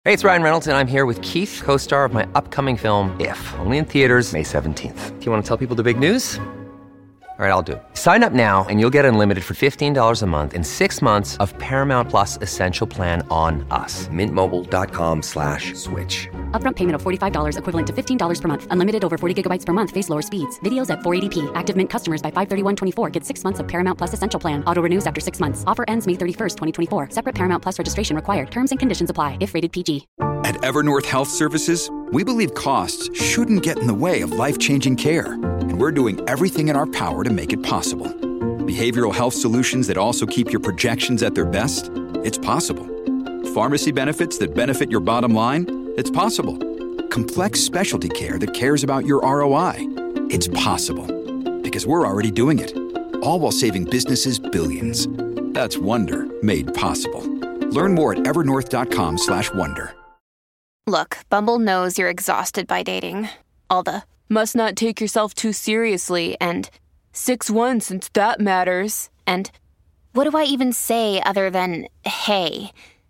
Hey, it's Ryan Reynolds, and I'm here with Keith, co-star of my upcoming film, If, only in theaters May 17th. Do you want to tell people the big news? All right, I'll do it. Sign up now and you'll get unlimited for $15 a month and 6 months of Paramount Plus Essential Plan on us. MintMobile.com/switch. Upfront payment of $45 equivalent to $15 per month. Unlimited over 40 gigabytes per month. Face lower speeds. Videos at 480p. Active Mint customers by 531.24 get 6 months of Paramount Plus Essential Plan. Auto renews after 6 months. Offer ends May 31st, 2024. Separate Paramount Plus registration required. Terms and conditions apply if rated PG. At Evernorth Health Services, we believe costs shouldn't get in the way of life-changing care, and we're doing everything in our power to make it possible. Behavioral health solutions that also keep your projections at their best? It's possible. Pharmacy benefits that benefit your bottom line? It's possible. Complex specialty care that cares about your ROI? It's possible. Because we're already doing it. All while saving businesses billions. That's Wonder made possible. Learn more at evernorth.com/wonder. Look, Bumble knows you're exhausted by dating. All the, must not take yourself too seriously, and 6'1" since that matters. And what do I even say other than, hey?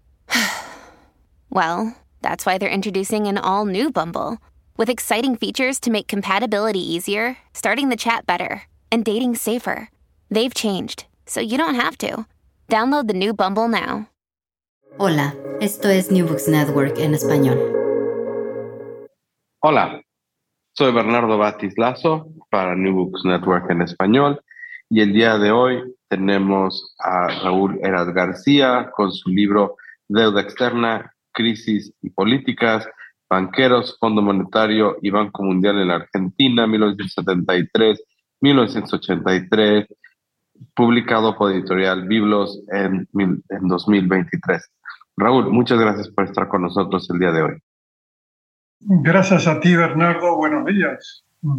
Well, that's why they're introducing an all-new Bumble, with exciting features to make compatibility easier, starting the chat better, and dating safer. They've changed, so you don't have to. Download the new Bumble now. Hola, esto es New Books Network en español. Hola, soy Bernardo Batis Lazo para New Books Network en español y el día de hoy tenemos a Raúl Heras García con su libro Deuda Externa, Crisis y Políticas, Banqueros, Fondo Monetario y Banco Mundial en la Argentina, 1973-1983, publicado por Editorial Biblos en 2023. Raúl, muchas gracias por estar con nosotros el día de hoy. Gracias a ti, Bernardo. Buenos días.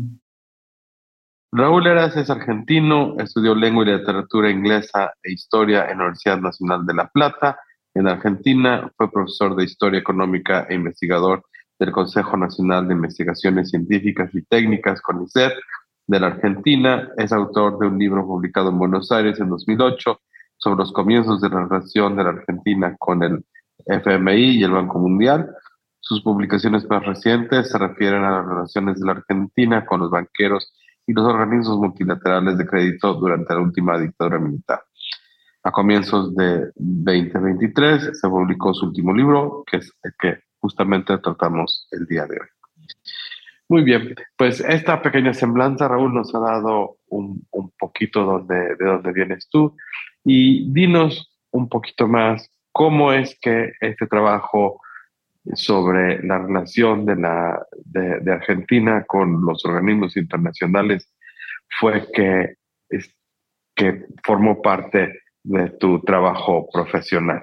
Raúl Heras es argentino, estudió lengua y literatura inglesa e historia en la Universidad Nacional de La Plata. En Argentina fue profesor de Historia Económica e investigador del Consejo Nacional de Investigaciones Científicas y Técnicas, CONICET, de la Argentina. Es autor de un libro publicado en Buenos Aires en 2008 sobre los comienzos de la relación de la Argentina con el FMI y el Banco Mundial. Sus publicaciones más recientes se refieren a las relaciones de la Argentina con los banqueros y los organismos multilaterales de crédito durante la última dictadura militar. A comienzos de 2023 se publicó su último libro, que es el que justamente tratamos el día de hoy. Muy bien, pues esta pequeña semblanza, Raúl, nos ha dado un poquito de dónde vienes tú, y dinos un poquito más cómo es que este trabajo sobre la relación de Argentina con los organismos internacionales fue que formó parte de tu trabajo profesional.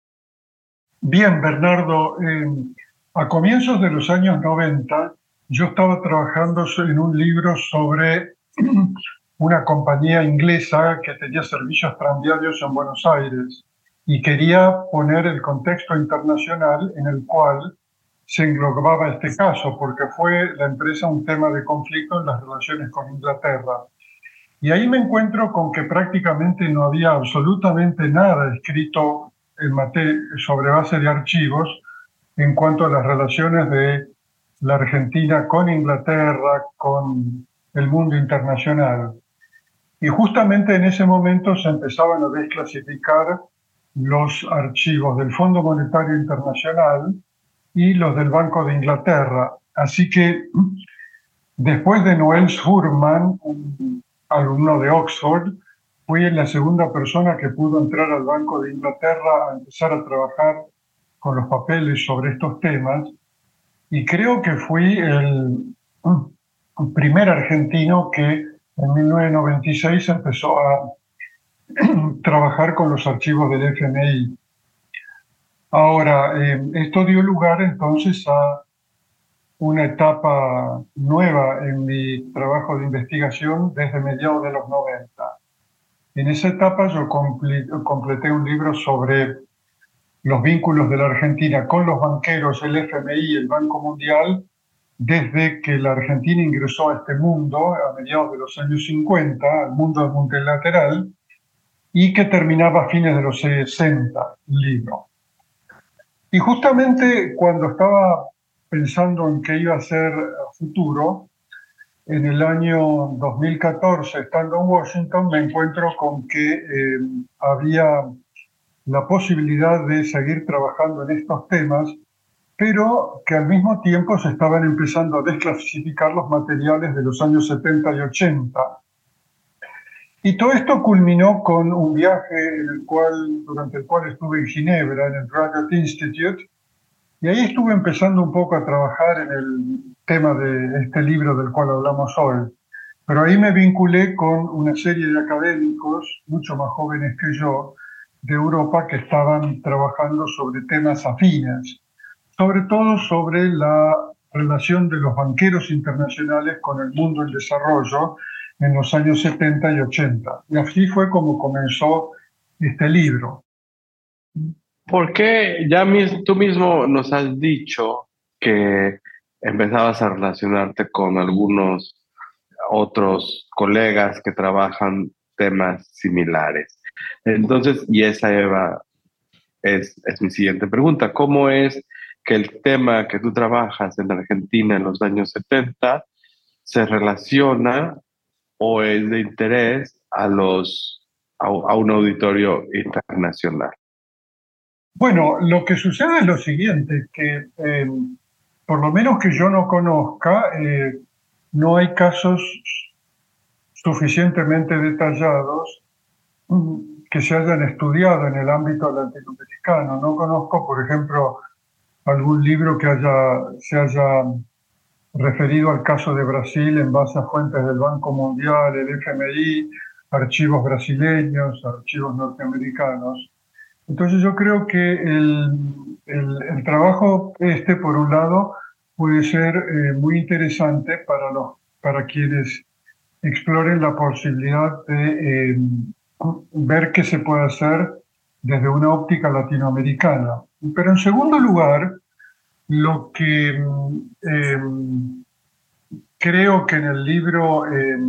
Bien, Bernardo, a comienzos de los años 90 yo estaba trabajando en un libro sobre una compañía inglesa que tenía servicios tranviarios en Buenos Aires y quería poner el contexto internacional en el cual se englobaba este caso, porque fue la empresa un tema de conflicto en las relaciones con Inglaterra. Y ahí me encuentro con que prácticamente no había absolutamente nada escrito sobre base de archivos en cuanto a las relaciones de la Argentina con Inglaterra, con el mundo internacional. Y justamente en ese momento se empezaban a desclasificar los archivos del Fondo Monetario Internacional y los del Banco de Inglaterra. Así que después de Noel Schurman, un alumno de Oxford, fui la segunda persona que pudo entrar al Banco de Inglaterra a empezar a trabajar con los papeles sobre estos temas, y creo que fui el primer argentino que en 1996 empezó a trabajar con los archivos del FMI. Ahora, esto dio lugar entonces a una etapa nueva en mi trabajo de investigación desde mediados de los 90. En esa etapa yo completé un libro sobre los vínculos de la Argentina con los banqueros, el FMI y el Banco Mundial, desde que la Argentina ingresó a este mundo a mediados de los años 50, al mundo multilateral, y que terminaba a fines de los 60, el libro. Y justamente cuando estaba pensando en qué iba a ser a futuro, en el año 2014, estando en Washington, me encuentro con que había la posibilidad de seguir trabajando en estos temas, pero que al mismo tiempo se estaban empezando a desclasificar los materiales de los años 70 y 80. Y todo esto culminó con un viaje durante el cual estuve en Ginebra, en el Graduate Institute, y ahí estuve empezando un poco a trabajar en el tema de este libro del cual hablamos hoy. Pero ahí me vinculé con una serie de académicos, mucho más jóvenes que yo, de Europa, que estaban trabajando sobre temas afines, sobre todo sobre la relación de los banqueros internacionales con el mundo en desarrollo en los años 70 y 80. Y así fue como comenzó este libro. Porque tú mismo nos has dicho que empezabas a relacionarte con algunos otros colegas que trabajan temas similares. Entonces, y esa es mi siguiente pregunta. ¿Cómo es que el tema que tú trabajas en Argentina en los años 70 se relaciona o es de interés a un auditorio internacional? Bueno, lo que sucede es lo siguiente, que por lo menos que yo no conozca, no hay casos suficientemente detallados que se hayan estudiado en el ámbito latinoamericano. No conozco, por ejemplo, algún libro que se haya referido al caso de Brasil en base a fuentes del Banco Mundial, el FMI, archivos brasileños, archivos norteamericanos. Entonces yo creo que el trabajo por un lado, puede ser muy interesante para quienes exploren la posibilidad de ver qué se puede hacer desde una óptica latinoamericana. Pero en segundo lugar, lo que creo que en el libro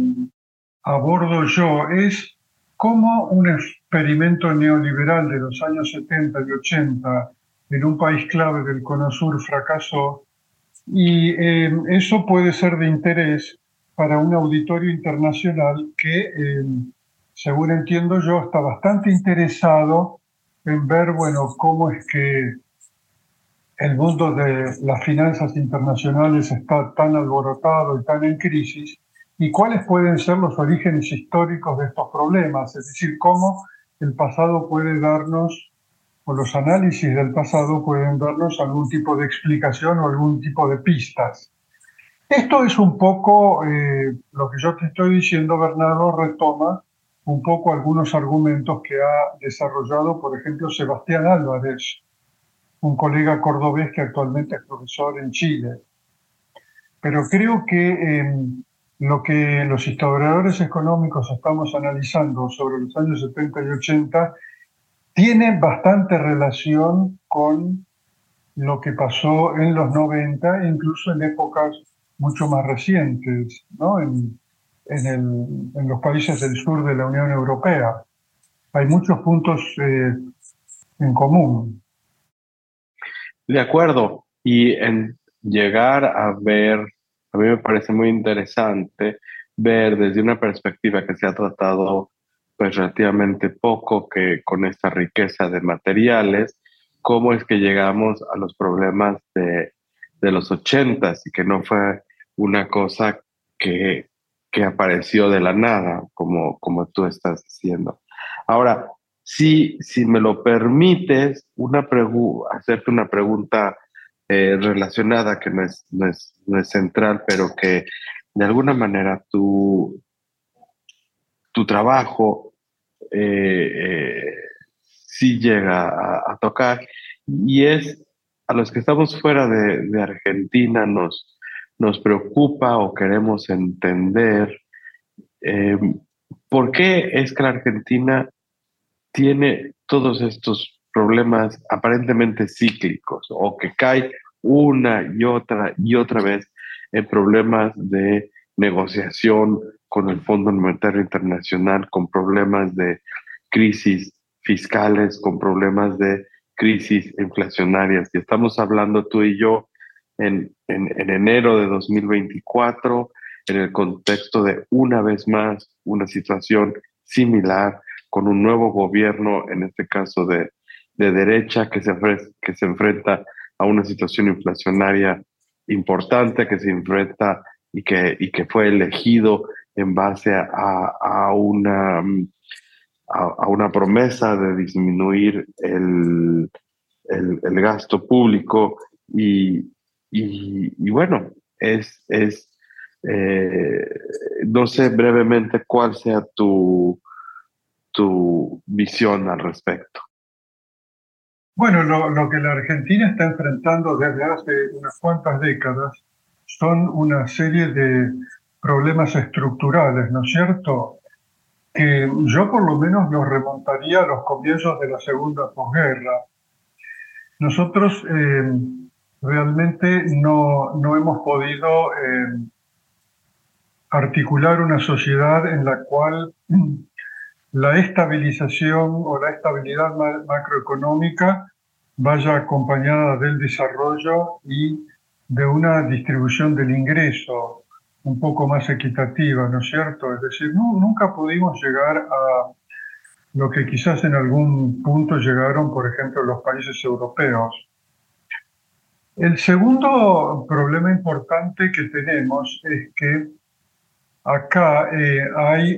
abordo yo es cómo un experimento neoliberal de los años 70 y 80 en un país clave del Cono Sur fracasó, y eso puede ser de interés para un auditorio internacional que, según entiendo yo, está bastante interesado en ver, bueno, cómo es que el mundo de las finanzas internacionales está tan alborotado y tan en crisis, y cuáles pueden ser los orígenes históricos de estos problemas, es decir, cómo el pasado puede darnos, o los análisis del pasado pueden darnos algún tipo de explicación o algún tipo de pistas. Esto es un poco lo que yo te estoy diciendo, Bernardo, retoma un poco algunos argumentos que ha desarrollado, por ejemplo, Sebastián Álvarez, un colega cordobés que actualmente es profesor en Chile. Pero creo que lo que los historiadores económicos estamos analizando sobre los años 70 y 80 tiene bastante relación con lo que pasó en los 90, incluso en épocas mucho más recientes, ¿no? En los países del sur de la Unión Europea. Hay muchos puntos en común. De acuerdo. Y en llegar a ver, a mí me parece muy interesante ver desde una perspectiva que se ha tratado pues relativamente poco, que con esta riqueza de materiales, cómo es que llegamos a los problemas de los 80s y que no fue una cosa que apareció de la nada, como tú estás diciendo. Ahora, si me lo permites, hacerte una pregunta relacionada, que no es central, pero que de alguna manera tu trabajo sí llega a tocar, y es a los que estamos fuera de Argentina nos preocupa o queremos entender por qué es que la Argentina tiene todos estos problemas aparentemente cíclicos, o que cae una y otra vez en problemas de negociación con el Fondo Monetario Internacional, con problemas de crisis fiscales, con problemas de crisis inflacionarias. Y estamos hablando tú y yo en enero de 2024, en el contexto de una vez más una situación similar, con un nuevo gobierno, en este caso de derecha, que se enfrenta a una situación inflacionaria importante, que se enfrenta y que fue elegido en base a una promesa de disminuir el gasto público y bueno, eh, no sé brevemente cuál sea tu visión al respecto. Bueno, lo que la Argentina está enfrentando desde hace unas cuantas décadas son una serie de problemas estructurales, ¿no es cierto? Que yo por lo menos los remontaría a los comienzos de la segunda posguerra. Nosotros realmente no hemos podido articular una sociedad en la cual la estabilización o la estabilidad macroeconómica vaya acompañada del desarrollo y de una distribución del ingreso un poco más equitativa, ¿no es cierto? Es decir, nunca pudimos llegar a lo que quizás en algún punto llegaron, por ejemplo, los países europeos. El segundo problema importante que tenemos es que acá hay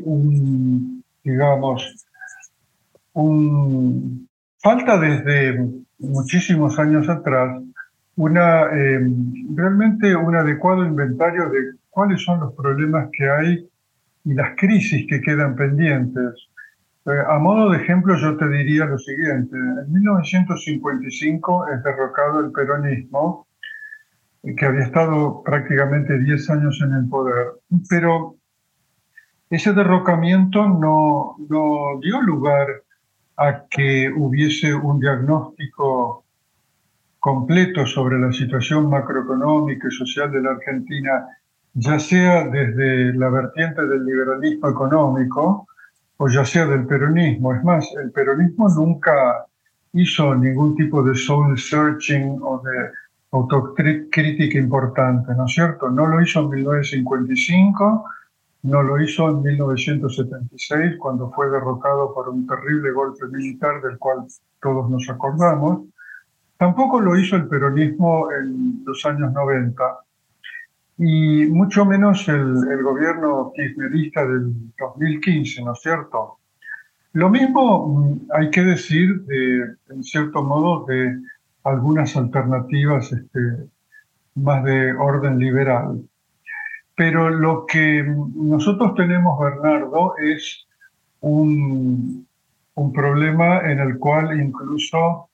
falta desde muchísimos años atrás realmente un adecuado inventario de cuáles son los problemas que hay y las crisis que quedan pendientes. A modo de ejemplo, yo te diría lo siguiente. En 1955 es derrocado el peronismo, que había estado prácticamente 10 años en el poder, pero ese derrocamiento no dio lugar a que hubiese un diagnóstico completo sobre la situación macroeconómica y social de la Argentina, ya sea desde la vertiente del liberalismo económico o ya sea del peronismo. Es más, el peronismo nunca hizo ningún tipo de soul searching o de autocrítica importante, ¿no es cierto? No lo hizo en 1955, no lo hizo en 1976, cuando fue derrocado por un terrible golpe militar del cual todos nos acordamos. Tampoco lo hizo el peronismo en los años 90, y mucho menos el gobierno kirchnerista del 2015, ¿no es cierto? Lo mismo hay que decir, en cierto modo, de algunas alternativas más de orden liberal. Pero lo que nosotros tenemos, Bernardo, es un problema en el cual incluso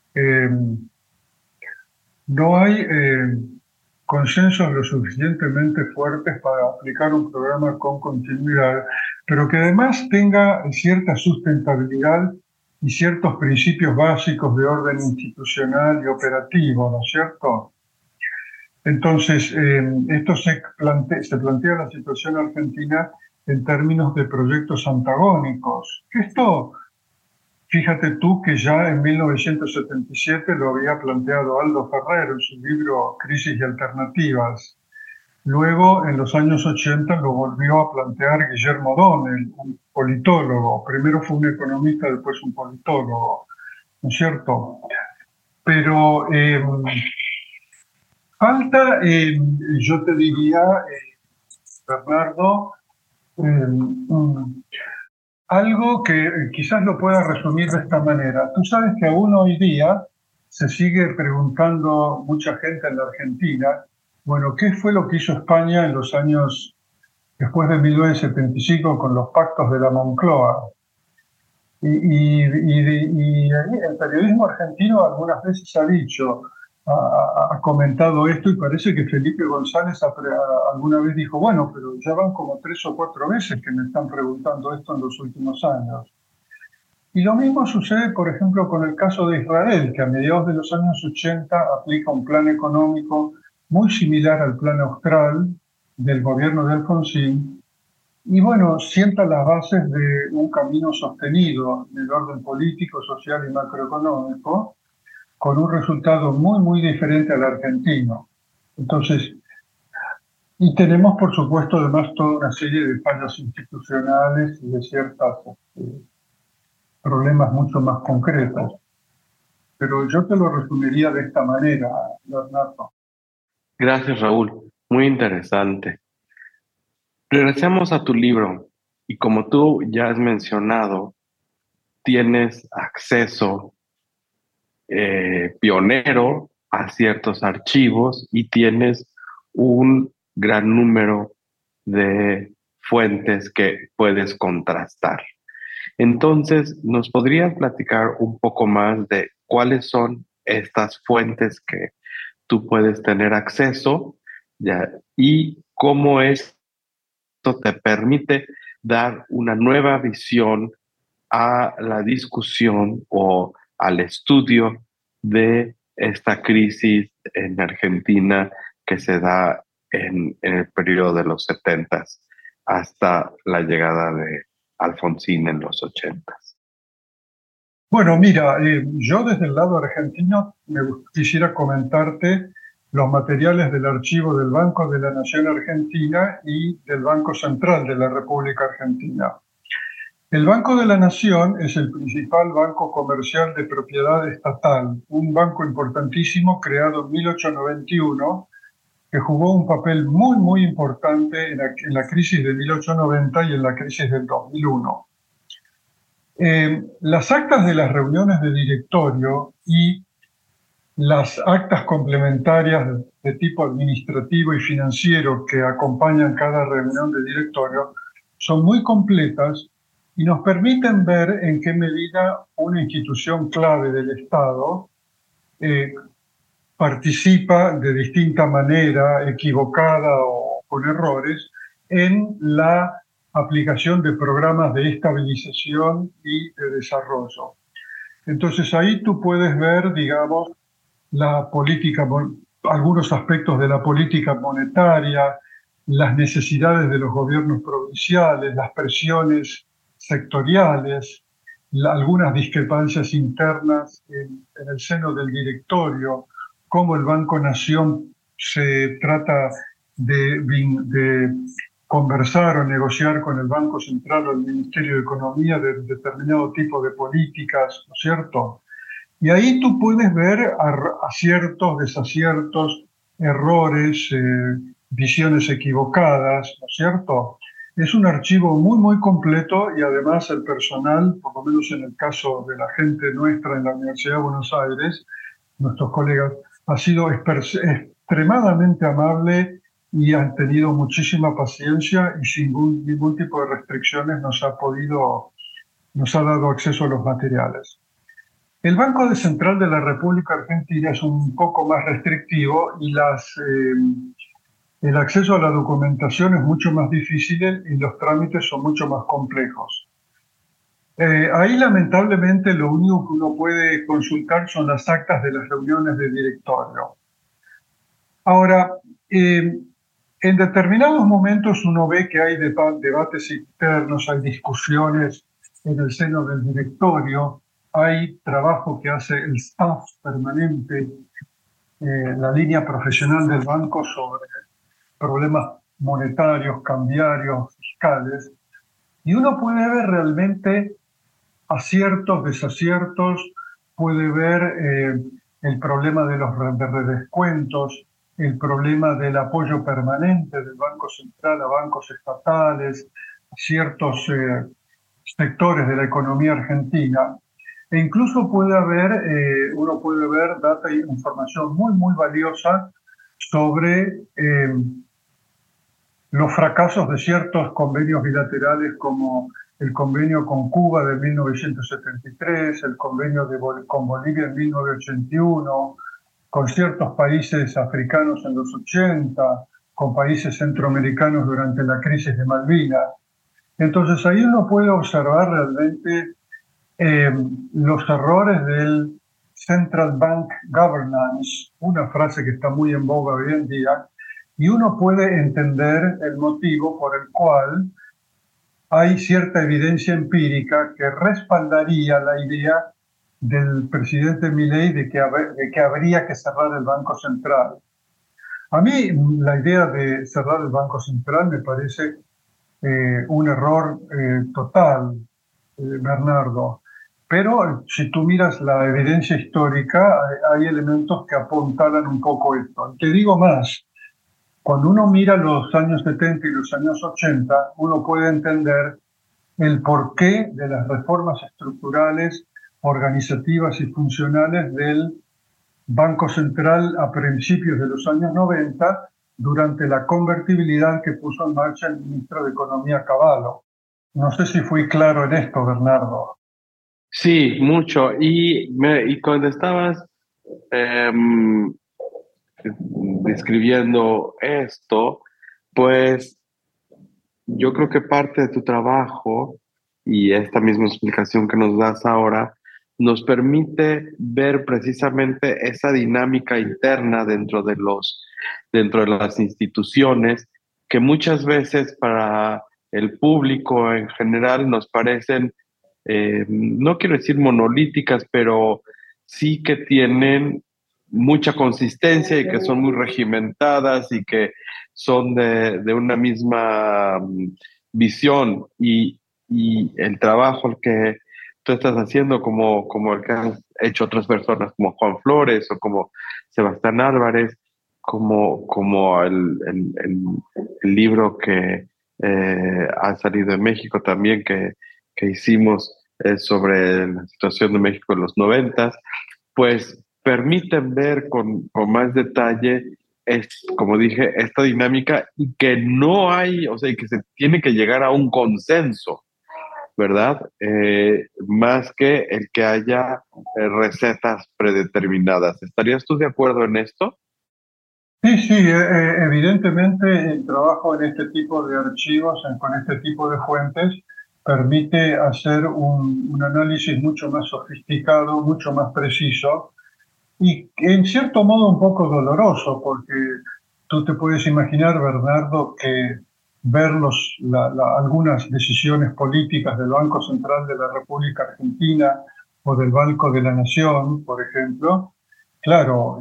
no hay consensos lo suficientemente fuertes para aplicar un programa con continuidad, pero que además tenga cierta sustentabilidad y ciertos principios básicos de orden institucional y operativo, ¿no es cierto? Entonces, esto se plantea la situación argentina en términos de proyectos antagónicos. Esto, fíjate tú que ya en 1977 lo había planteado Aldo Ferrer en su libro Crisis y Alternativas. Luego, en los años 80, lo volvió a plantear Guillermo O'Donnell, un politólogo. Primero fue un economista, después un politólogo, ¿no es cierto? Pero falta, yo te diría, Bernardo, algo que quizás lo pueda resumir de esta manera. Tú sabes que aún hoy día se sigue preguntando mucha gente en la Argentina, bueno, ¿qué fue lo que hizo España en los años después de 1975 con los pactos de la Moncloa? Y el periodismo argentino algunas veces ha dicho, ha comentado esto, y parece que Felipe González alguna vez dijo, bueno, pero ya van como 3 o 4 veces que me están preguntando esto en los últimos años. Y lo mismo sucede, por ejemplo, con el caso de Israel, que a mediados de los años 80 aplica un plan económico muy similar al plan austral del gobierno de Alfonsín, y bueno, sienta las bases de un camino sostenido en el orden político, social y macroeconómico, con un resultado muy, muy diferente al argentino. Entonces, y tenemos, por supuesto, además toda una serie de fallas institucionales y de ciertos problemas mucho más concretos. Pero yo te lo resumiría de esta manera, Bernardo. Gracias, Raúl. Muy interesante. Regresemos a tu libro y como tú ya has mencionado, tienes acceso pionero a ciertos archivos y tienes un gran número de fuentes que puedes contrastar. Entonces, ¿nos podrías platicar un poco más de cuáles son estas fuentes que tú puedes tener acceso, ya, y cómo esto te permite dar una nueva visión a la discusión o al estudio de esta crisis en Argentina que se da en el periodo de los 70 hasta la llegada de Alfonsín en los 80? Bueno, mira, yo desde el lado argentino quisiera comentarte los materiales del archivo del Banco de la Nación Argentina y del Banco Central de la República Argentina. El Banco de la Nación es el principal banco comercial de propiedad estatal, un banco importantísimo creado en 1891 que jugó un papel muy, muy importante en la crisis de 1890 y en la crisis del 2001. Las actas de las reuniones de directorio y las actas complementarias de tipo administrativo y financiero que acompañan cada reunión de directorio son muy completas y nos permiten ver en qué medida una institución clave del Estado participa de distinta manera, equivocada o con errores, en la aplicación de programas de estabilización y de desarrollo. Entonces ahí tú puedes ver, digamos, la política, algunos aspectos de la política monetaria, las necesidades de los gobiernos provinciales, las presiones sectoriales, algunas discrepancias internas en el seno del directorio, cómo el Banco Nación se trata de conversar o negociar con el Banco Central o el Ministerio de Economía de determinado tipo de políticas, ¿no es cierto? Y ahí tú puedes ver aciertos, desaciertos, errores, visiones equivocadas, ¿no es cierto? Es un archivo muy, muy completo y además el personal, por lo menos en el caso de la gente nuestra en la Universidad de Buenos Aires, nuestros colegas, ha sido extremadamente amable y han tenido muchísima paciencia y sin ningún tipo de restricciones nos ha dado acceso a los materiales. El Banco Central de la República Argentina es un poco más restrictivo y el acceso a la documentación es mucho más difícil y los trámites son mucho más complejos. Ahí lamentablemente lo único que uno puede consultar son las actas de las reuniones de directorio. Ahora, en determinados momentos uno ve que hay debates internos, hay discusiones en el seno del directorio, hay trabajo que hace el staff permanente, la línea profesional del banco sobre problemas monetarios, cambiarios, fiscales, y uno puede ver realmente aciertos, desaciertos, puede ver el problema de los redescuentos, el problema del apoyo permanente del Banco Central a bancos estatales, ciertos sectores de la economía argentina. E incluso uno puede ver data e información muy, muy valiosa sobre los fracasos de ciertos convenios bilaterales como el convenio con Cuba de 1973, el convenio con Bolivia en 1981, con ciertos países africanos en los 80, con países centroamericanos durante la crisis de Malvinas. Entonces ahí uno puede observar realmente los errores del Central Bank Governance, una frase que está muy en boga hoy en día, y uno puede entender el motivo por el cual hay cierta evidencia empírica que respaldaría la idea del presidente Milei de que habría que cerrar el Banco Central. A mí la idea de cerrar el Banco Central me parece un error total, Bernardo. Pero si tú miras la evidencia histórica, hay elementos que apuntalan un poco esto. Te digo más, cuando uno mira los años 70 y los años 80, uno puede entender el porqué de las reformas estructurales, organizativas y funcionales del Banco Central a principios de los años 90, durante la convertibilidad que puso en marcha el ministro de Economía Cavallo. No sé si fui claro en esto, Bernardo. Sí, mucho. Y cuando estabas em, describiendo esto, pues yo creo que parte de tu trabajo y esta misma explicación que nos das ahora nos permite ver precisamente esa dinámica interna dentro de las instituciones que muchas veces para el público en general nos parecen, no quiero decir monolíticas, pero sí que tienen mucha consistencia y que son muy regimentadas y que son de una misma visión y el trabajo que tú estás haciendo como el que han hecho otras personas como Juan Flores o como Sebastián Álvarez, como el libro que ha salido en México también que hicimos sobre la situación de México en los 90, pues permiten ver con más detalle, como dije, esta dinámica y que no hay, o sea, y que se tiene que llegar a un consenso, ¿verdad? Más que el que haya recetas predeterminadas. ¿Estarías tú de acuerdo en esto? Sí, sí, evidentemente el trabajo en este tipo de archivos, con este tipo de fuentes, permite hacer un análisis mucho más sofisticado, mucho más preciso y en cierto modo un poco doloroso, porque tú te puedes imaginar, Bernardo, que ver algunas decisiones políticas del Banco Central de la República Argentina o del Banco de la Nación, por ejemplo, claro,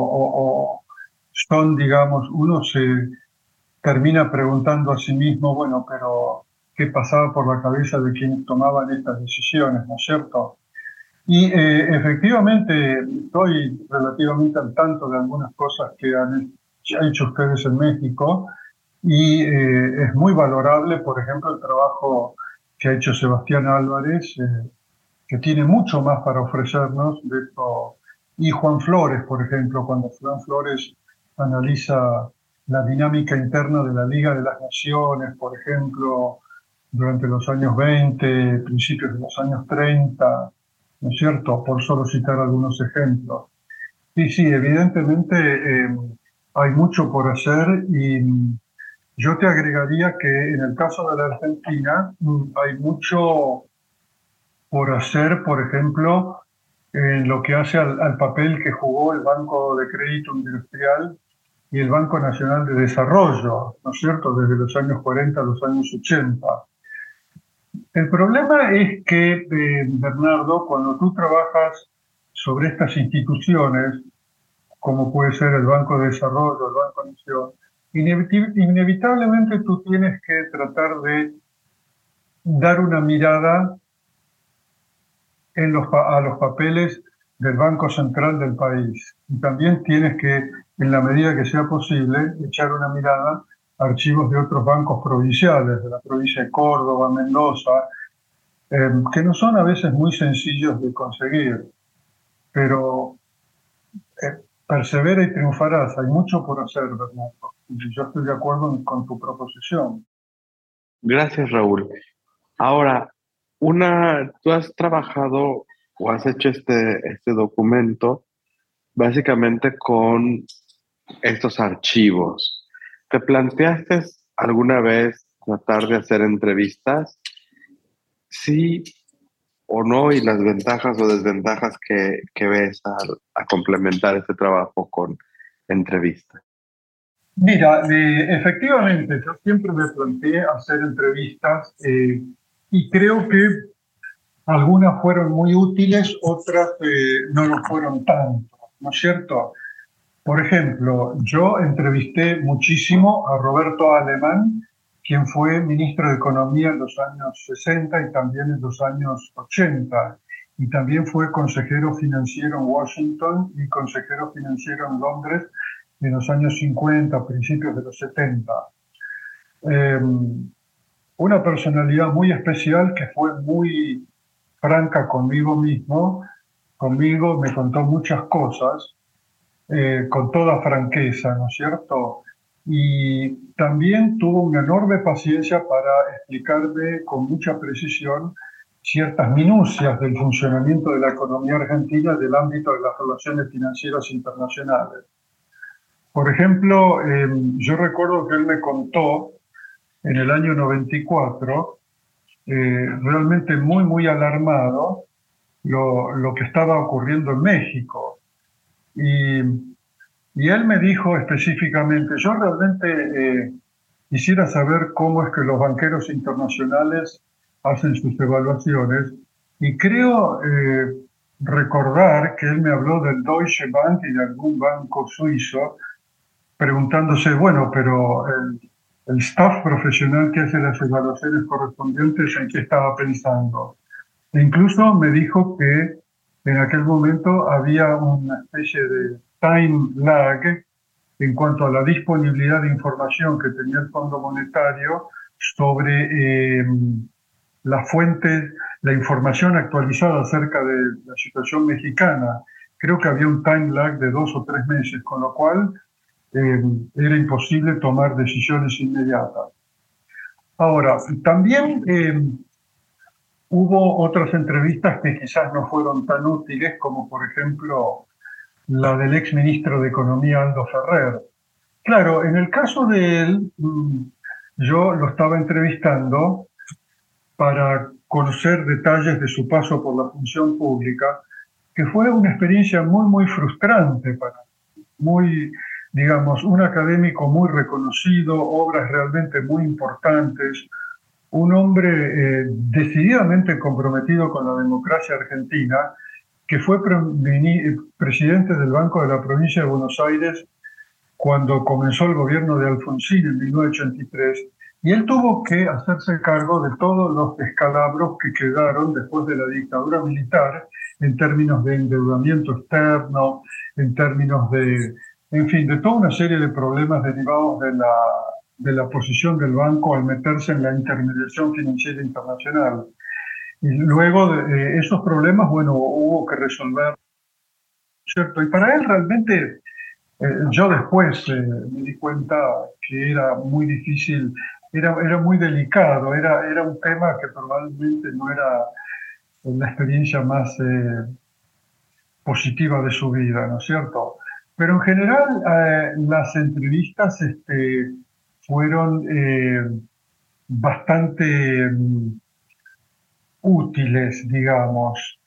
o son, digamos, uno se termina preguntando a sí mismo, bueno, pero ¿qué pasaba por la cabeza de quienes tomaban estas decisiones, ¿no es cierto? Y efectivamente estoy relativamente al tanto de algunas cosas que han hecho ustedes en México y es muy valorable, por ejemplo, el trabajo que ha hecho Sebastián Álvarez, que tiene mucho más para ofrecernos de esto. Y Juan Flores, por ejemplo, cuando Juan Flores analiza la dinámica interna de la Liga de las Naciones, por ejemplo, durante los años 20, principios de los años 30, ¿no es cierto? Por solo citar algunos ejemplos. Sí, sí, evidentemente hay mucho por hacer y yo te agregaría que en el caso de la Argentina hay mucho por hacer, por ejemplo, en lo que hace al papel que jugó el Banco de Crédito Industrial y el Banco Nacional de Desarrollo, ¿no es cierto?, desde los años 40 a los años 80. El problema es que, Bernardo, cuando tú trabajas sobre estas instituciones, como puede ser el Banco de Desarrollo, el Banco Nación, inevitablemente tú tienes que tratar de dar una mirada a los papeles del Banco Central del país. Y también tienes que, en la medida que sea posible, echar una mirada a archivos de otros bancos provinciales, de la provincia de Córdoba, Mendoza, que no son a veces muy sencillos de conseguir, pero persevera y triunfarás. Hay mucho por hacer, Bernardo. Y yo estoy de acuerdo con tu proposición. Gracias, Raúl. Ahora, tú has trabajado o has hecho este documento básicamente con estos archivos. ¿Te planteaste alguna vez tratar de hacer entrevistas? Sí o no, y las ventajas o desventajas que ves a complementar este trabajo con entrevistas. Mira, efectivamente, yo siempre me planteé hacer entrevistas y creo que algunas fueron muy útiles, otras no lo fueron tanto, ¿no es cierto? Por ejemplo, yo entrevisté muchísimo a Roberto Alemán, quien fue ministro de Economía en los años 60 y también en los años 80, y también fue consejero financiero en Washington y consejero financiero en Londres en los años 50, principios de los 70. Una personalidad muy especial que fue muy franca conmigo mismo, conmigo me contó muchas cosas, con toda franqueza, ¿no es cierto? Y también tuvo una enorme paciencia para explicarme con mucha precisión ciertas minucias del funcionamiento de la economía argentina del ámbito de las relaciones financieras internacionales. Por ejemplo, yo recuerdo que él me contó en el año 94, realmente muy, muy alarmado, lo que estaba ocurriendo en México. Y él me dijo específicamente, yo realmente quisiera saber cómo es que los banqueros internacionales hacen sus evaluaciones, y creo recordar que él me habló del Deutsche Bank y de algún banco suizo, preguntándose, bueno, pero el staff profesional que hace las evaluaciones correspondientes, ¿en qué estaba pensando? E incluso me dijo que en aquel momento había una especie de time lag en cuanto a la disponibilidad de información que tenía el Fondo Monetario sobre las fuentes, la información actualizada acerca de la situación mexicana. Creo que había un time lag de 2 o 3 meses, con lo cual era imposible tomar decisiones inmediatas. Ahora, también hubo otras entrevistas que quizás no fueron tan útiles, como por ejemplo la del ex ministro de Economía Aldo Ferrer. Claro, en el caso de él, yo lo estaba entrevistando para conocer detalles de su paso por la función pública, que fue una experiencia muy, muy frustrante para mí, muy, digamos, un académico muy reconocido, obras realmente muy importantes, un hombre decididamente comprometido con la democracia argentina, que fue presidente del Banco de la Provincia de Buenos Aires cuando comenzó el gobierno de Alfonsín en 1983, y él tuvo que hacerse cargo de todos los descalabros que quedaron después de la dictadura militar en términos de endeudamiento externo, en términos de, en fin, de toda una serie de problemas derivados de la posición del banco al meterse en la intermediación financiera internacional. Y luego de esos problemas, bueno, hubo que resolver, ¿cierto? Y para él realmente, yo después me di cuenta que era muy difícil, era muy delicado, era un tema que probablemente no era la experiencia más positiva de su vida, ¿no es cierto? Pero en general las entrevistas fueron bastante útiles, digamos,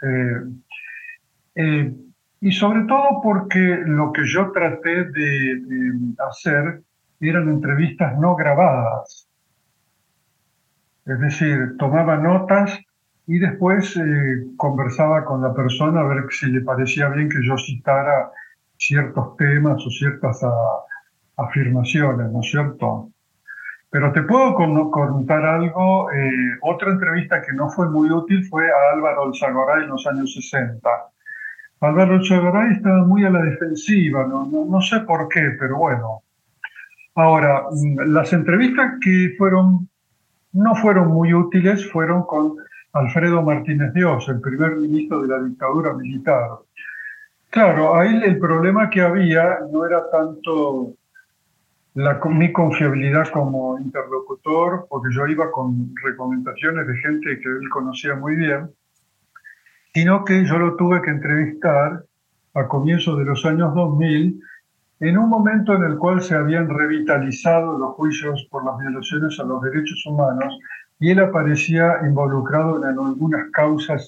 y sobre todo porque lo que yo traté de hacer eran entrevistas no grabadas, es decir, tomaba notas y después conversaba con la persona a ver si le parecía bien que yo citara ciertos temas o ciertas afirmaciones, ¿no es cierto? Pero te puedo contar algo. Otra entrevista que no fue muy útil fue a Álvaro Alzagoray en los años 60. Álvaro Alzagoray estaba muy a la defensiva, no sé por qué, pero bueno. Ahora, las entrevistas que no fueron muy útiles fueron con Alfredo Martínez Dios, el primer ministro de la dictadura militar. Claro, ahí el problema que había no era tanto mi confiabilidad como interlocutor, porque yo iba con recomendaciones de gente que él conocía muy bien, sino que yo lo tuve que entrevistar a comienzos de los años 2000, en un momento en el cual se habían revitalizado los juicios por las violaciones a los derechos humanos, y él aparecía involucrado en algunas causas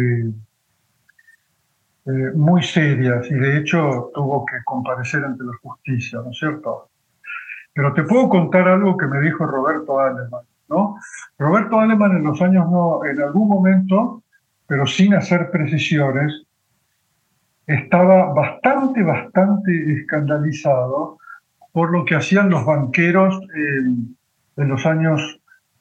muy serias, y de hecho tuvo que comparecer ante la justicia, ¿no es cierto? Pero te puedo contar algo que me dijo Roberto Aleman, ¿no? Roberto Aleman en algún momento pero sin hacer precisiones, estaba bastante escandalizado por lo que hacían los banqueros en los años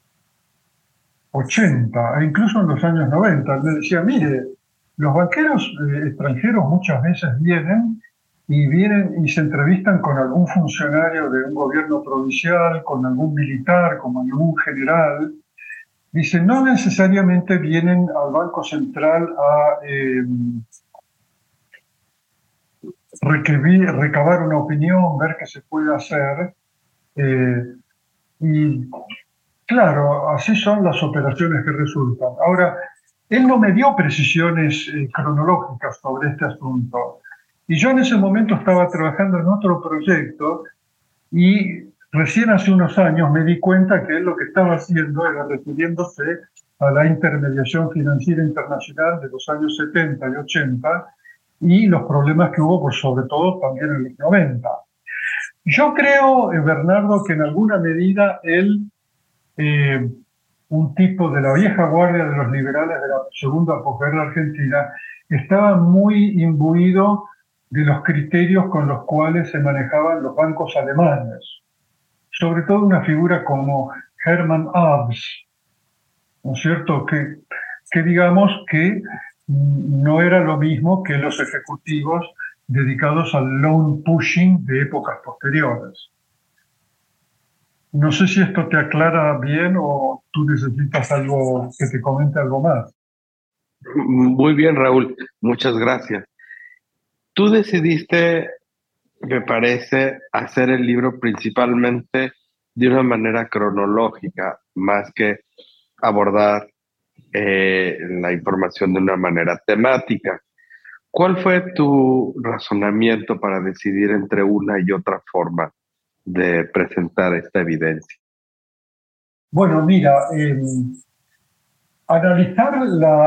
80 e incluso en los años 90. Me decía, mire, los banqueros extranjeros muchas veces vienen y se entrevistan con algún funcionario de un gobierno provincial, con algún militar, con algún general. Dice, no necesariamente vienen al Banco Central a recabar una opinión, ver qué se puede hacer. Y claro, así son las operaciones que resultan. Ahora, él no me dio precisiones cronológicas sobre este asunto. Y yo en ese momento estaba trabajando en otro proyecto y recién hace unos años me di cuenta que él lo que estaba haciendo era refiriéndose a la intermediación financiera internacional de los años 70 y 80 y los problemas que hubo, pues sobre todo también en los 90. Yo creo, Bernardo, que en alguna medida él, un tipo de la vieja guardia de los liberales de la segunda posguerra argentina, estaba muy imbuido de los criterios con los cuales se manejaban los bancos alemanes. Sobre todo una figura como Hermann Abs, ¿no es cierto? Que digamos que no era lo mismo que los ejecutivos dedicados al loan pushing de épocas posteriores. No sé si esto te aclara bien o tú necesitas algo que te comente algo más. Muy bien, Raúl, muchas gracias. Tú decidiste, me parece, hacer el libro principalmente de una manera cronológica, más que abordar la información de una manera temática. ¿Cuál fue tu razonamiento para decidir entre una y otra forma de presentar esta evidencia? Bueno, mira, analizar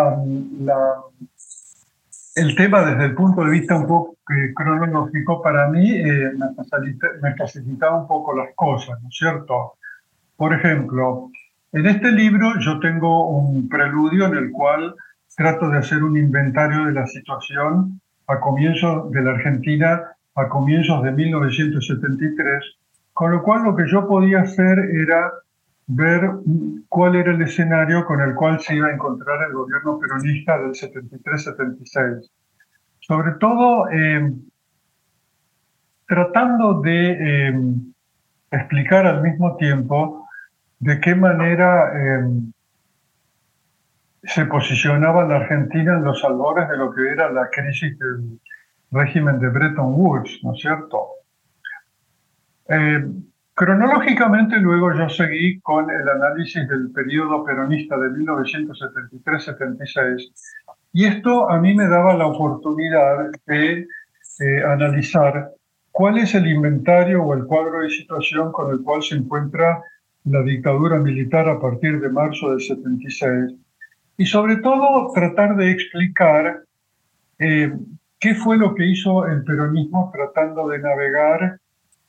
el tema desde el punto de vista un poco cronológico, para mí me facilitaba un poco las cosas, ¿no es cierto? Por ejemplo, en este libro yo tengo un preludio en el cual trato de hacer un inventario de la situación a comienzos de la Argentina, a comienzos de 1973, con lo cual lo que yo podía hacer era ver cuál era el escenario con el cual se iba a encontrar el gobierno peronista del 73-76. Sobre todo tratando de explicar al mismo tiempo de qué manera se posicionaba la Argentina en los albores de lo que era la crisis del régimen de Bretton Woods, ¿no es cierto? Cronológicamente luego yo seguí con el análisis del periodo peronista de 1973-76 y esto a mí me daba la oportunidad de analizar cuál es el inventario o el cuadro de situación con el cual se encuentra la dictadura militar a partir de marzo del 76 y sobre todo tratar de explicar qué fue lo que hizo el peronismo tratando de navegar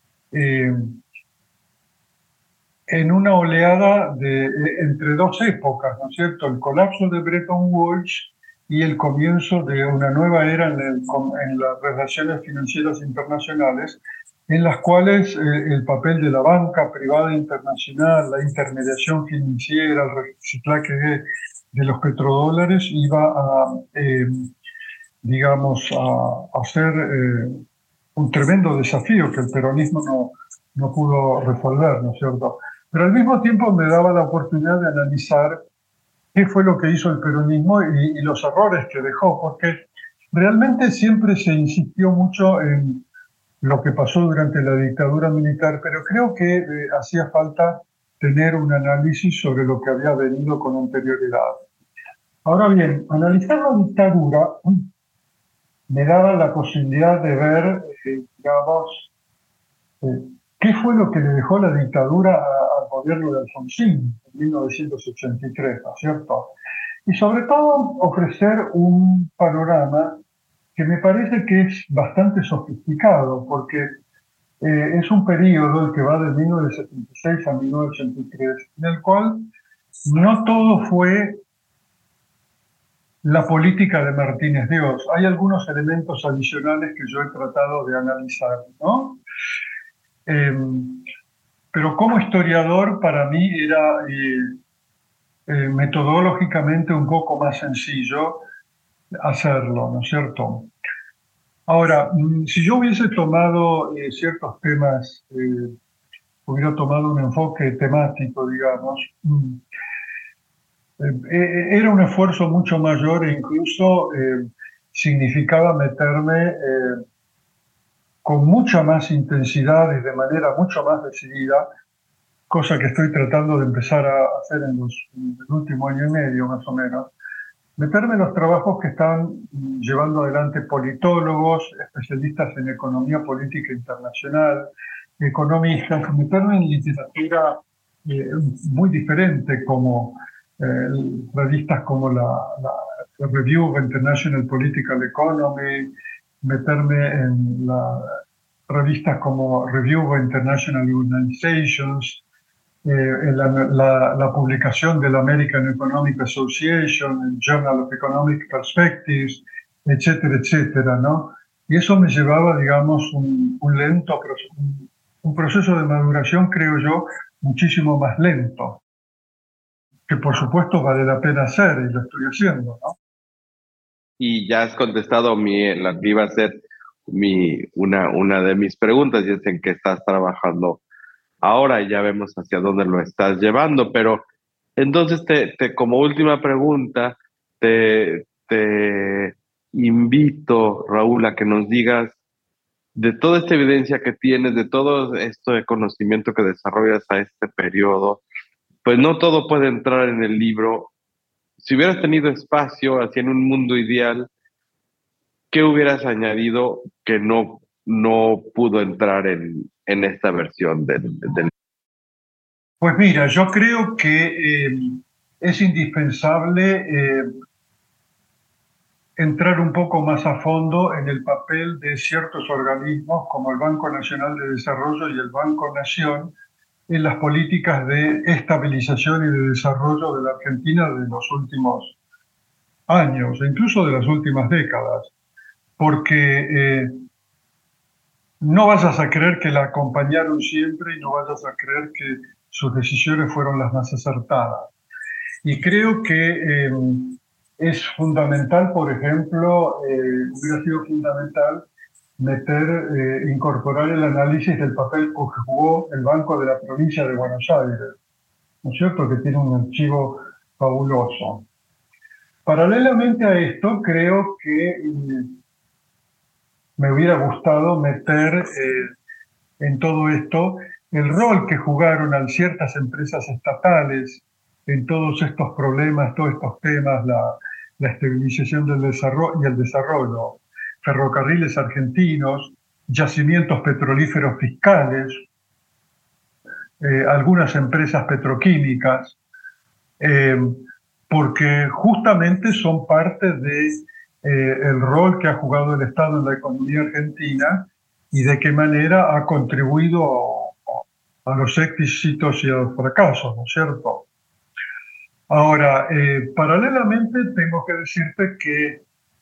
en una oleada entre dos épocas, ¿no es cierto? El colapso de Bretton Woods y el comienzo de una nueva era en las relaciones financieras internacionales, en las cuales el papel de la banca privada internacional, la intermediación financiera, el reciclaje de los petrodólares iba a, digamos, a ser un tremendo desafío que el peronismo no pudo resolver, ¿no es cierto? Pero al mismo tiempo me daba la oportunidad de analizar qué fue lo que hizo el peronismo y los errores que dejó, porque realmente siempre se insistió mucho en lo que pasó durante la dictadura militar, pero creo que hacía falta tener un análisis sobre lo que había venido con anterioridad. Ahora bien, analizar la dictadura me daba la posibilidad de ver, digamos, qué fue lo que le dejó la dictadura al gobierno de Alfonsín en 1983, ¿no es cierto? Y sobre todo ofrecer un panorama que me parece que es bastante sofisticado, porque es un periodo el que va de 1976 a 1983, en el cual no todo fue la política de Martínez Dios. Hay algunos elementos adicionales que yo he tratado de analizar, ¿no? Pero como historiador, para mí era metodológicamente un poco más sencillo hacerlo, ¿no es cierto? Ahora, si yo hubiese tomado ciertos temas, hubiera tomado un enfoque temático, digamos, era un esfuerzo mucho mayor e incluso significaba meterme con mucha más intensidad y de manera mucho más decidida, cosa que estoy tratando de empezar a hacer en el último año y medio más o menos, meterme en los trabajos que están llevando adelante politólogos, especialistas en economía política internacional, economistas, meterme en literatura muy diferente, como revistas como la Review of International Political Economy, meterme en revistas como Review of International Organizations, en la publicación de la American Economic Association, el Journal of Economic Perspectives, etcétera, etcétera, ¿no? Y eso me llevaba, digamos, un lento proceso, un proceso de maduración, creo yo, muchísimo más lento, que por supuesto vale la pena hacer y lo estoy haciendo, ¿no? Y ya has contestado la que iba a ser una de mis preguntas, y es en qué estás trabajando ahora, y ya vemos hacia dónde lo estás llevando. Pero entonces, como última pregunta, te invito, Raúl, a que nos digas, de toda esta evidencia que tienes, de todo esto de conocimiento que desarrollas a este periodo, pues no todo puede entrar en el libro. Si hubieras tenido espacio, así en un mundo ideal, ¿qué hubieras añadido que no pudo entrar en esta versión del? Pues mira, yo creo que es indispensable entrar un poco más a fondo en el papel de ciertos organismos como el Banco Nacional de Desarrollo y el Banco Nación en las políticas de estabilización y de desarrollo de la Argentina de los últimos años, e incluso de las últimas décadas, porque no vayas a creer que la acompañaron siempre y no vayas a creer que sus decisiones fueron las más acertadas. Y creo que es fundamental, por ejemplo, hubiera sido fundamental incorporar el análisis del papel que jugó el Banco de la Provincia de Buenos Aires, ¿no es cierto?, que tiene un archivo fabuloso. Paralelamente a esto, creo que me hubiera gustado meter en todo esto el rol que jugaron ciertas empresas estatales en todos estos problemas, todos estos temas, la estabilización del desarrollo y el desarrollo, ferrocarriles argentinos, yacimientos petrolíferos fiscales, algunas empresas petroquímicas, porque justamente son parte del rol que ha jugado el Estado en la economía argentina y de qué manera ha contribuido a los éxitos y a los fracasos, ¿no es cierto? Ahora, paralelamente tengo que decirte que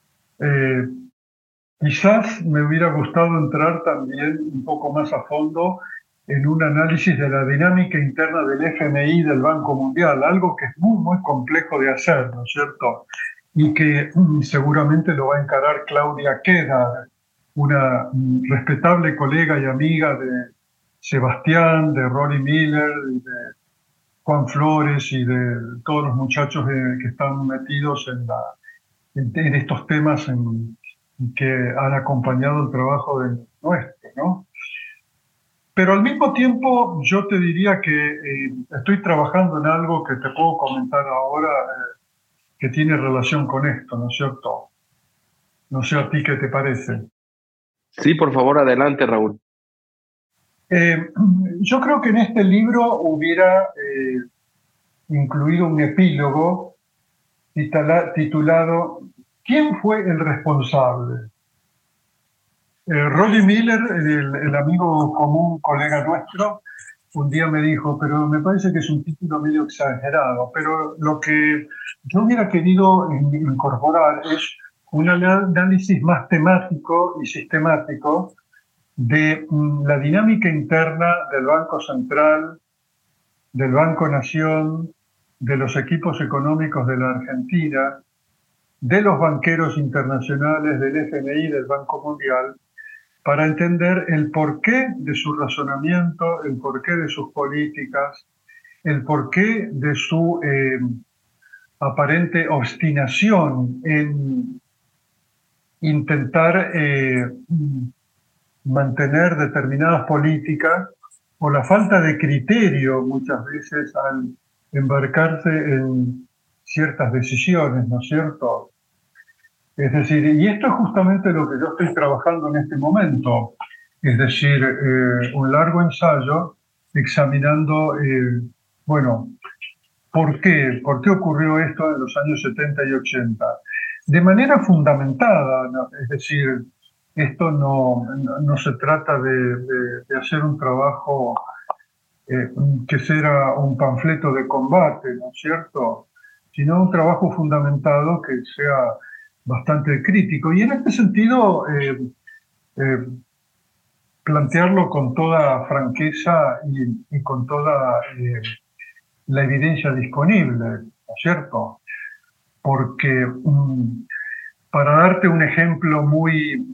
quizás me hubiera gustado entrar también un poco más a fondo en un análisis de la dinámica interna del FMI, del Banco Mundial, algo que es muy, muy complejo de hacer, ¿no es cierto? Y que seguramente lo va a encarar Claudia Queda, una respetable colega y amiga de Sebastián, de Rory Miller, de Juan Flores y de todos los muchachos que están metidos en estos temas que han acompañado el trabajo de nuestro, ¿no? Pero al mismo tiempo yo te diría que estoy trabajando en algo que te puedo comentar ahora que tiene relación con esto, ¿no es cierto? No sé a ti qué te parece. Sí, por favor, adelante, Raúl. Yo creo que en este libro hubiera incluido un epílogo titulado ¿Quién fue el responsable? Rolly Miller, el amigo común, colega nuestro, un día me dijo, pero me parece que es un título medio exagerado, pero lo que yo hubiera querido incorporar es un análisis más temático y sistemático de la dinámica interna del Banco Central, del Banco Nación, de los equipos económicos de la Argentina, de los banqueros internacionales, del FMI, del Banco Mundial, para entender el porqué de su razonamiento, el porqué de sus políticas, el porqué de su aparente obstinación en intentar mantener determinadas políticas, o la falta de criterio muchas veces al embarcarse en ciertas decisiones, ¿no es cierto? Es decir, y esto es justamente lo que yo estoy trabajando en este momento, es decir, un largo ensayo examinando, bueno, ¿por qué ocurrió esto en los años 70 y 80? De manera fundamentada, ¿no? Es decir, esto no se trata de hacer un trabajo que sea un panfleto de combate, ¿no es cierto? Sino un trabajo fundamentado que sea bastante crítico. Y en este sentido, plantearlo con toda franqueza y con toda la evidencia disponible, ¿no es cierto? Porque para darte un ejemplo muy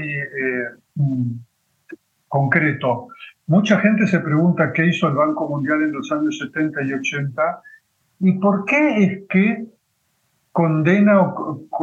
concreto, mucha gente se pregunta qué hizo el Banco Mundial en los años 70 y 80 y por qué es que condena,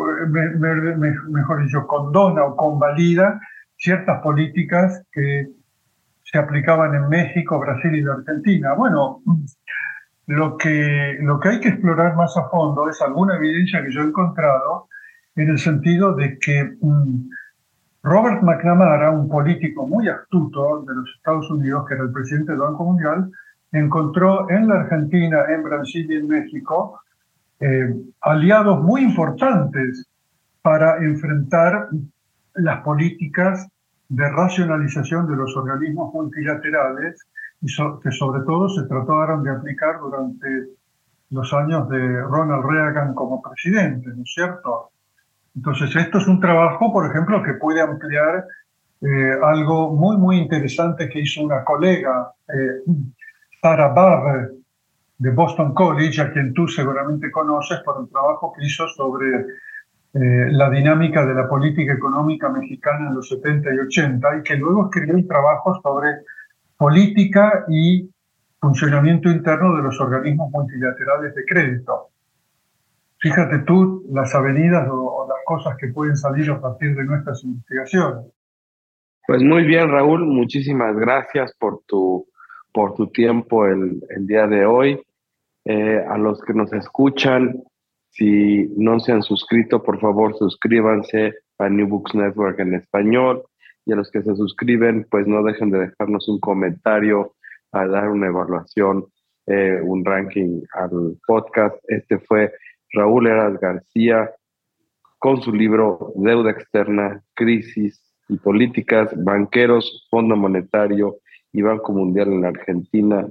mejor dicho, condona o convalida ciertas políticas que se aplicaban en México, Brasil y la Argentina. Bueno, lo que hay que explorar más a fondo es alguna evidencia que yo he encontrado en el sentido de que Robert McNamara, un político muy astuto de los Estados Unidos, que era el presidente del Banco Mundial, encontró en la Argentina, en Brasil y en México aliados muy importantes para enfrentar las políticas de racionalización de los organismos multilaterales y que sobre todo se trataron de aplicar durante los años de Ronald Reagan como presidente, ¿no es cierto? Entonces, esto es un trabajo, por ejemplo, que puede ampliar algo muy interesante que hizo una colega, Sarah Barr, de Boston College, a quien tú seguramente conoces por el trabajo que hizo sobre la dinámica de la política económica mexicana en los 70 y 80, y que luego escribió un trabajo sobre política y funcionamiento interno de los organismos multilaterales de crédito. Fíjate tú las avenidas o las cosas que pueden salir a partir de nuestras investigaciones. Pues muy bien, Raúl, muchísimas gracias por tu tiempo el día de hoy. A los que nos escuchan, si no se han suscrito, por favor suscríbanse a New Books Network en español, y a los que se suscriben, pues no dejen de dejarnos un comentario, a dar una evaluación, un ranking al podcast. Este fue Raúl Heras García con su libro Deuda Externa, Crisis y Políticas, Banqueros, Fondo Monetario y Banco Mundial en la Argentina,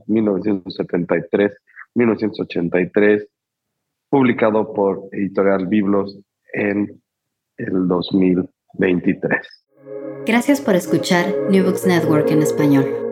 1973-1983, publicado por Editorial Biblos en el 2023. Gracias por escuchar New Books Network en español.